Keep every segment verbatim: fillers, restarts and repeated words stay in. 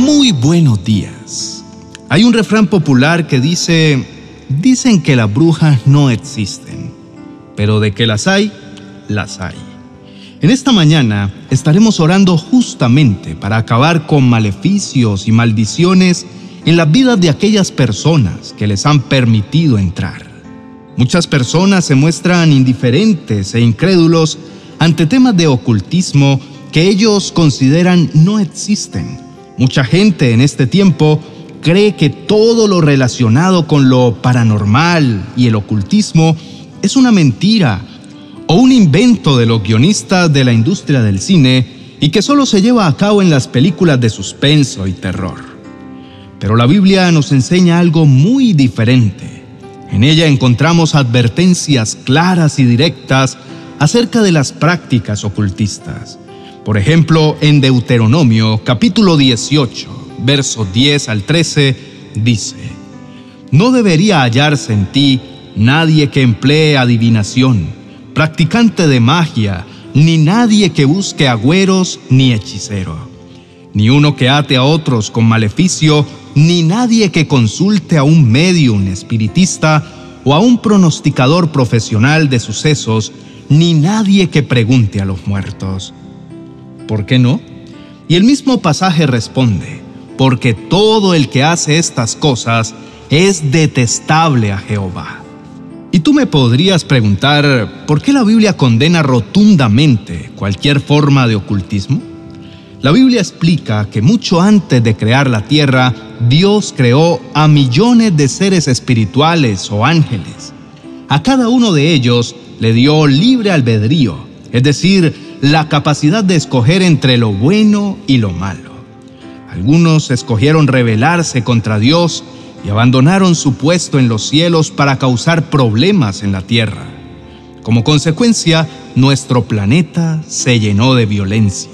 Muy buenos días. Hay un refrán popular que dice, dicen que las brujas no existen, pero de que las hay, las hay. En esta mañana estaremos orando justamente para acabar con maleficios y maldiciones en las vidas de aquellas personas que les han permitido entrar. Muchas personas se muestran indiferentes e incrédulos ante temas de ocultismo que ellos consideran no existen. Mucha gente en este tiempo cree que todo lo relacionado con lo paranormal y el ocultismo es una mentira o un invento de los guionistas de la industria del cine y que solo se lleva a cabo en las películas de suspenso y terror. Pero la Biblia nos enseña algo muy diferente. En ella encontramos advertencias claras y directas acerca de las prácticas ocultistas. Por ejemplo, en Deuteronomio capítulo dieciocho, versos diez al trece, dice: No debería hallarse en ti nadie que emplee adivinación, practicante de magia, ni nadie que busque agüeros ni hechicero, ni uno que ate a otros con maleficio, ni nadie que consulte a un médium espiritista o a un pronosticador profesional de sucesos, ni nadie que pregunte a los muertos. ¿Por qué no? Y el mismo pasaje responde: porque todo el que hace estas cosas es detestable a Jehová. Y tú me podrías preguntar, ¿por qué la Biblia condena rotundamente cualquier forma de ocultismo? La Biblia explica que mucho antes de crear la tierra, Dios creó a millones de seres espirituales o ángeles. A cada uno de ellos le dio libre albedrío, es decir, la capacidad de escoger entre lo bueno y lo malo. Algunos escogieron rebelarse contra Dios y abandonaron su puesto en los cielos para causar problemas en la tierra. Como consecuencia, nuestro planeta se llenó de violencia.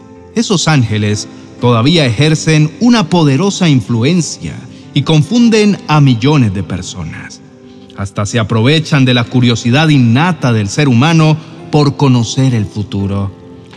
Esos ángeles todavía ejercen una poderosa influencia y confunden a millones de personas. Hasta se aprovechan de la curiosidad innata del ser humano por conocer el futuro.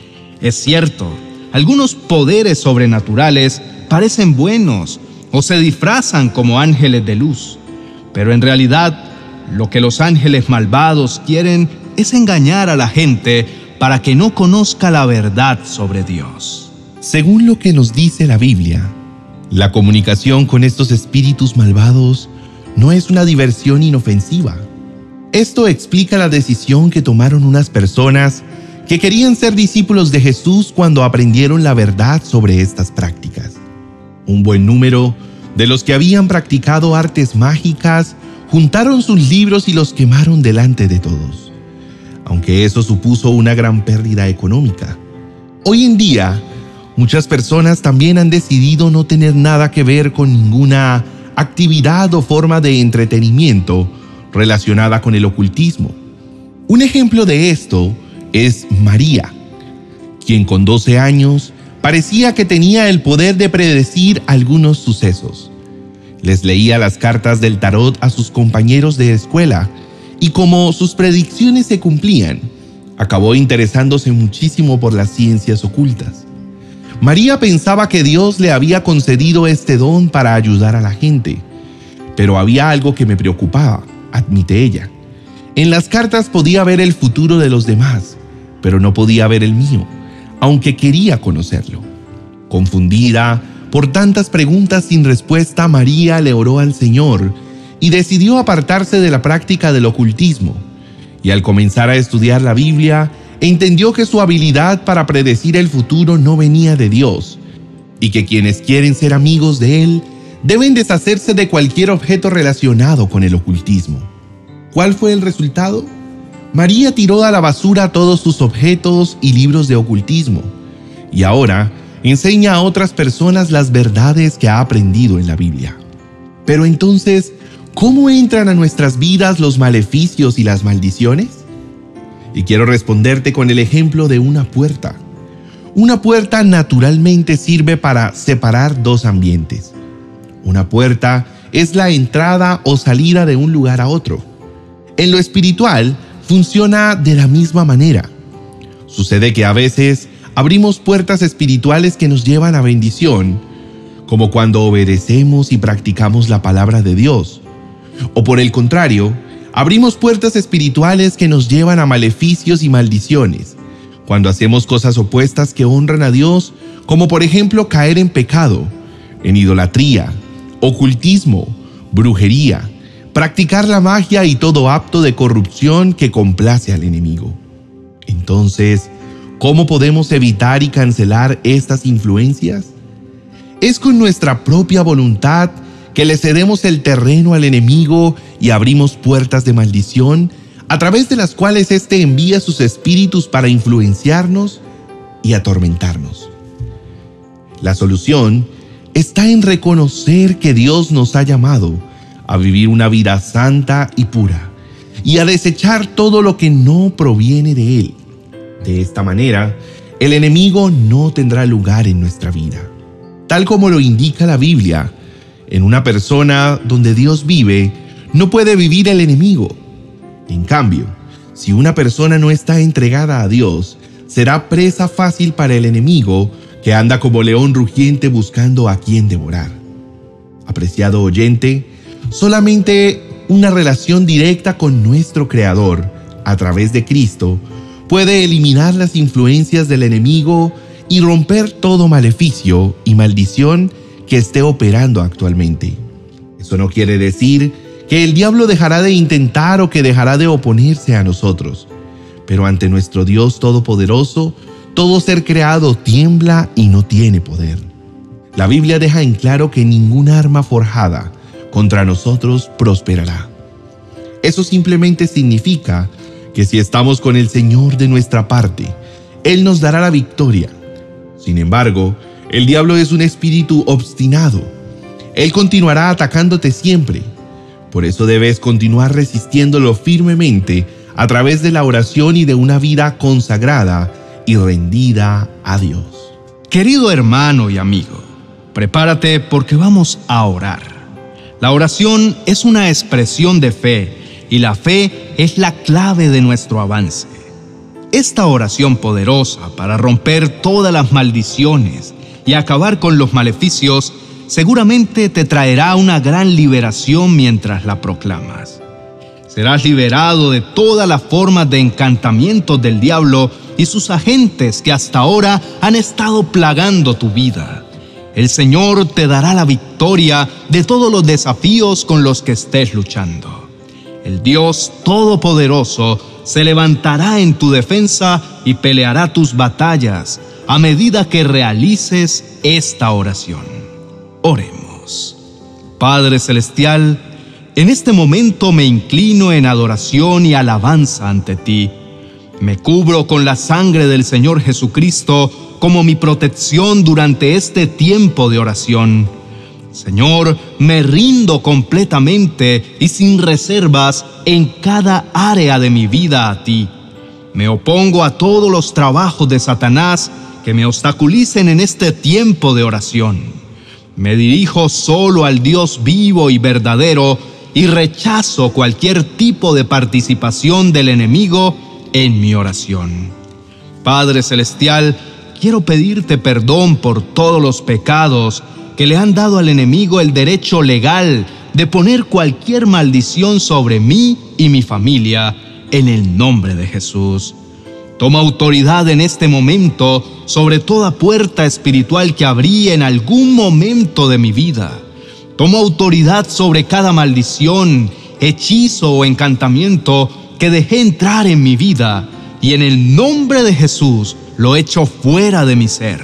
Es cierto, algunos poderes sobrenaturales parecen buenos o se disfrazan como ángeles de luz, pero en realidad lo que los ángeles malvados quieren es engañar a la gente para que no conozca la verdad sobre Dios. Según lo que nos dice la Biblia, la comunicación con estos espíritus malvados no es una diversión inofensiva. Esto explica la decisión que tomaron unas personas que querían ser discípulos de Jesús cuando aprendieron la verdad sobre estas prácticas. Un buen número de los que habían practicado artes mágicas juntaron sus libros y los quemaron delante de todos, aunque eso supuso una gran pérdida económica. Hoy en día, muchas personas también han decidido no tener nada que ver con ninguna actividad o forma de entretenimiento relacionada con el ocultismo. Un ejemplo de esto es María, quien con doce años parecía que tenía el poder de predecir algunos sucesos. Les leía las cartas del tarot a sus compañeros de escuela y como sus predicciones se cumplían, acabó interesándose muchísimo por las ciencias ocultas. María pensaba que Dios le había concedido este don para ayudar a la gente, pero había algo que me preocupaba, admite ella. En las cartas podía ver el futuro de los demás, pero no podía ver el mío, aunque quería conocerlo. Confundida por tantas preguntas sin respuesta, María le oró al Señor y decidió apartarse de la práctica del ocultismo. Y al comenzar a estudiar la Biblia, entendió que su habilidad para predecir el futuro no venía de Dios, y que quienes quieren ser amigos de Él deben deshacerse de cualquier objeto relacionado con el ocultismo. ¿Cuál fue el resultado? María tiró a la basura todos sus objetos y libros de ocultismo, y ahora enseña a otras personas las verdades que ha aprendido en la Biblia. Pero entonces, ¿cómo entran a nuestras vidas los maleficios y las maldiciones? Y quiero responderte con el ejemplo de una puerta. Una puerta naturalmente sirve para separar dos ambientes. Una puerta es la entrada o salida de un lugar a otro. En lo espiritual, funciona de la misma manera. Sucede que a veces abrimos puertas espirituales que nos llevan a bendición, como cuando obedecemos y practicamos la palabra de Dios. O por el contrario, abrimos puertas espirituales que nos llevan a maleficios y maldiciones, cuando hacemos cosas opuestas que honran a Dios, como por ejemplo caer en pecado, en idolatría, ocultismo, brujería, practicar la magia y todo acto de corrupción que complace al enemigo. Entonces, ¿cómo podemos evitar y cancelar estas influencias? Es con nuestra propia voluntad que le cedemos el terreno al enemigo y abrimos puertas de maldición a través de las cuales éste envía sus espíritus para influenciarnos y atormentarnos. La solución está en reconocer que Dios nos ha llamado a vivir una vida santa y pura y a desechar todo lo que no proviene de Él. De esta manera, el enemigo no tendrá lugar en nuestra vida. Tal como lo indica la Biblia, en una persona donde Dios vive, no puede vivir el enemigo. En cambio, si una persona no está entregada a Dios, será presa fácil para el enemigo que anda como león rugiente buscando a quien devorar. Apreciado oyente, solamente una relación directa con nuestro Creador, a través de Cristo, puede eliminar las influencias del enemigo y romper todo maleficio y maldición que esté operando actualmente. Eso no quiere decir que el diablo dejará de intentar o que dejará de oponerse a nosotros, pero ante nuestro Dios Todopoderoso, todo ser creado tiembla y no tiene poder. La Biblia deja en claro que ninguna arma forjada contra nosotros prosperará. Eso simplemente significa que si estamos con el Señor de nuestra parte, Él nos dará la victoria. Sin embargo, el diablo es un espíritu obstinado. Él continuará atacándote siempre. Por eso debes continuar resistiéndolo firmemente a través de la oración y de una vida consagrada y rendida a Dios. Querido hermano y amigo, prepárate porque vamos a orar. La oración es una expresión de fe y la fe es la clave de nuestro avance. Esta oración poderosa para romper todas las maldiciones y acabar con los maleficios seguramente te traerá una gran liberación mientras la proclamas. Serás liberado de todas las formas de encantamientos del diablo y sus agentes que hasta ahora han estado plagando tu vida. El Señor te dará la victoria de todos los desafíos con los que estés luchando. El Dios Todopoderoso se levantará en tu defensa y peleará tus batallas a medida que realices esta oración. Oremos. Padre Celestial, en este momento me inclino en adoración y alabanza ante ti. Me cubro con la sangre del Señor Jesucristo como mi protección durante este tiempo de oración. Señor, me rindo completamente y sin reservas en cada área de mi vida a ti. Me opongo a todos los trabajos de Satanás que me obstaculicen en este tiempo de oración. Me dirijo solo al Dios vivo y verdadero y rechazo cualquier tipo de participación del enemigo en mi oración. Padre Celestial, quiero pedirte perdón por todos los pecados que le han dado al enemigo el derecho legal de poner cualquier maldición sobre mí y mi familia, en el nombre de Jesús. Toma autoridad en este momento sobre toda puerta espiritual que abrí en algún momento de mi vida. Toma autoridad sobre cada maldición, hechizo o encantamiento que dejé entrar en mi vida, y en el nombre de Jesús lo echo fuera de mi ser.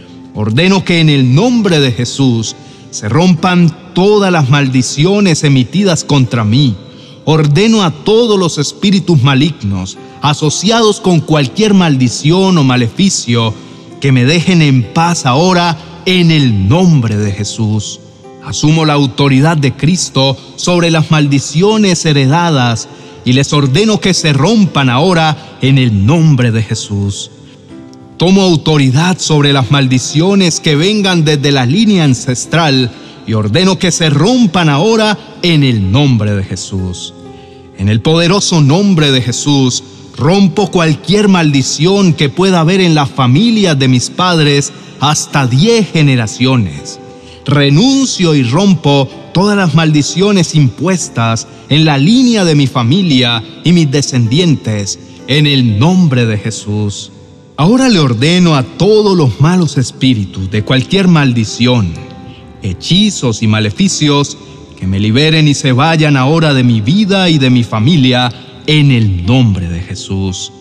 Ordeno que en el nombre de Jesús se rompan todas las maldiciones emitidas contra mí. Ordeno a todos los espíritus malignos asociados con cualquier maldición o maleficio que me dejen en paz ahora en el nombre de Jesús. Asumo la autoridad de Cristo sobre las maldiciones heredadas y les ordeno que se rompan ahora en el nombre de Jesús. Tomo autoridad sobre las maldiciones que vengan desde la línea ancestral y ordeno que se rompan ahora en el nombre de Jesús. En el poderoso nombre de Jesús, rompo cualquier maldición que pueda haber en las familias de mis padres hasta diez generaciones. Renuncio y rompo todas las maldiciones impuestas en la línea de mi familia y mis descendientes, en el nombre de Jesús. Ahora le ordeno a todos los malos espíritus de cualquier maldición, hechizos y maleficios, que me liberen y se vayan ahora de mi vida y de mi familia, en el nombre de Jesús.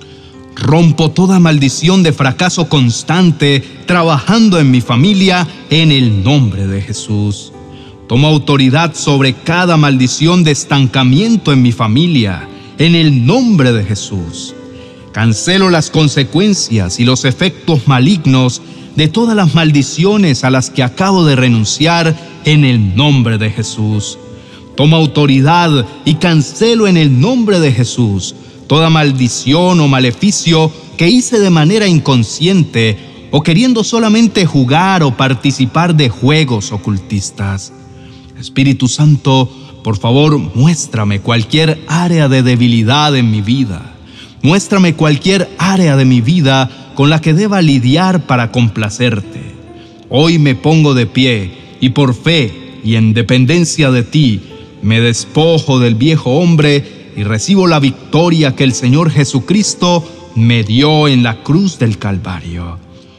Rompo toda maldición de fracaso constante trabajando en mi familia en el nombre de Jesús. Tomo autoridad sobre cada maldición de estancamiento en mi familia en el nombre de Jesús. Cancelo las consecuencias y los efectos malignos de todas las maldiciones a las que acabo de renunciar en el nombre de Jesús. Tomo autoridad y cancelo en el nombre de Jesús toda maldición o maleficio que hice de manera inconsciente o queriendo solamente jugar o participar de juegos ocultistas. Espíritu Santo, por favor, muéstrame cualquier área de debilidad en mi vida. Muéstrame cualquier área de mi vida con la que deba lidiar para complacerte. Hoy me pongo de pie y por fe y en dependencia de ti, me despojo del viejo hombre y recibo la victoria que el Señor Jesucristo me dio en la cruz del Calvario.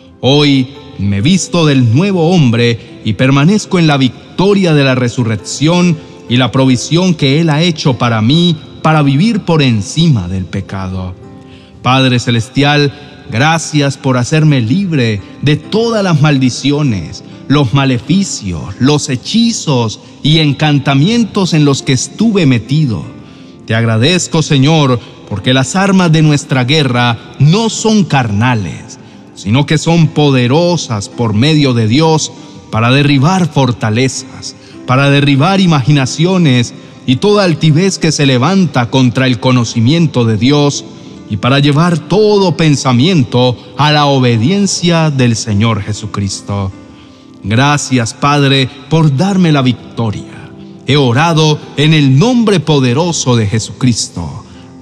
Hoy me visto del nuevo hombre y permanezco en la victoria de la resurrección y la provisión que Él ha hecho para mí para vivir por encima del pecado. Padre Celestial, gracias por hacerme libre de todas las maldiciones, los maleficios, los hechizos y encantamientos en los que estuve metido. Te agradezco, Señor, porque las armas de nuestra guerra no son carnales, sino que son poderosas por medio de Dios para derribar fortalezas, para derribar imaginaciones y toda altivez que se levanta contra el conocimiento de Dios, y para llevar todo pensamiento a la obediencia del Señor Jesucristo. Gracias, Padre, por darme la victoria. He orado en el nombre poderoso de Jesucristo.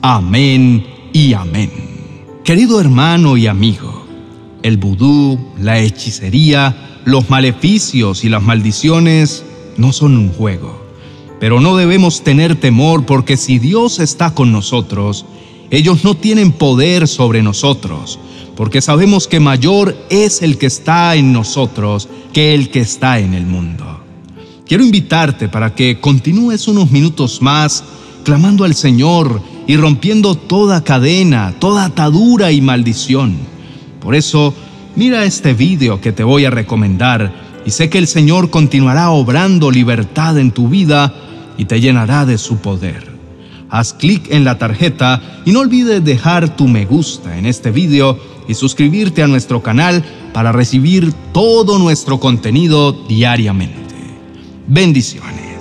Amén y amén. Querido hermano y amigo, el vudú, la hechicería, los maleficios y las maldiciones no son un juego. Pero no debemos tener temor, porque si Dios está con nosotros, ellos no tienen poder sobre nosotros, porque sabemos que mayor es el que está en nosotros que el que está en el mundo. Quiero invitarte para que continúes unos minutos más clamando al Señor y rompiendo toda cadena, toda atadura y maldición. Por eso, mira este video que te voy a recomendar y sé que el Señor continuará obrando libertad en tu vida y te llenará de su poder. Haz clic en la tarjeta y no olvides dejar tu me gusta en este video y suscribirte a nuestro canal para recibir todo nuestro contenido diariamente. Bendiciones.